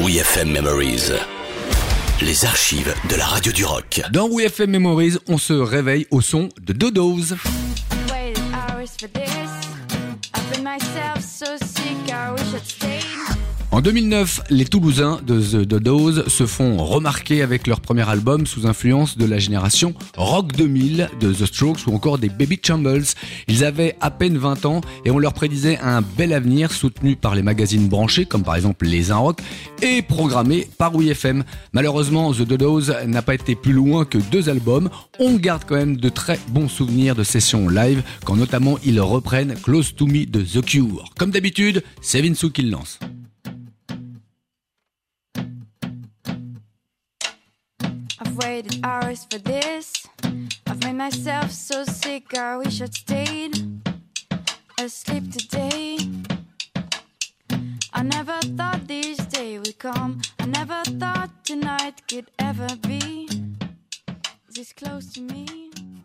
WeFM Memories. Les archives de la radio du rock. Dans WeFM Memories, on se réveille au son de Dodos. En 2009, les Toulousains de The Dodos se font remarquer avec leur premier album sous influence de la génération Rock 2000 de The Strokes ou encore des Baby Chambers. Ils avaient à peine 20 ans et on leur prédisait un bel avenir soutenu par les magazines branchés comme par exemple Les Un Rock et programmé par WeFM. Malheureusement, The Dodos n'a pas été plus loin que 2 albums. On garde quand même de très bons souvenirs de sessions live quand notamment ils reprennent Close to Me de The Cure. Comme d'habitude, c'est Vince qui le lance. I've waited hours for this. I've made myself so sick, I wish I'd stayed asleep today. I never thought this day would come. I never thought tonight could ever be this close to me.